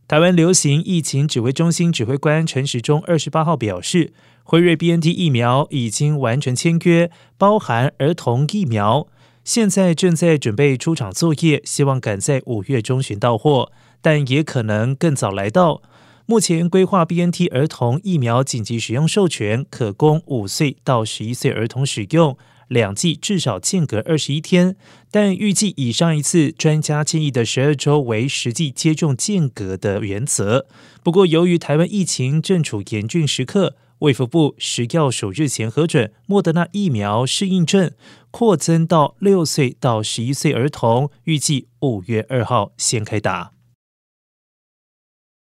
台湾流行疫情指挥中心指挥官陈时中28号表示，辉瑞 BNT 疫苗已经完成签约，包含儿童疫苗，现在正在准备出厂作业，希望赶在5月中旬到货，但也可能更早来到。目前规划 BNT 儿童疫苗紧急使用授权，可供5岁到11岁儿童使用，2剂至少间隔21天，但预计以上一次专家建议的12周为实际接种间隔的原则。不过，由于台湾疫情正处严峻时刻，卫福部食药署日前核准莫德纳疫苗适应症扩增到6岁到11岁儿童，预计5月2号先开打。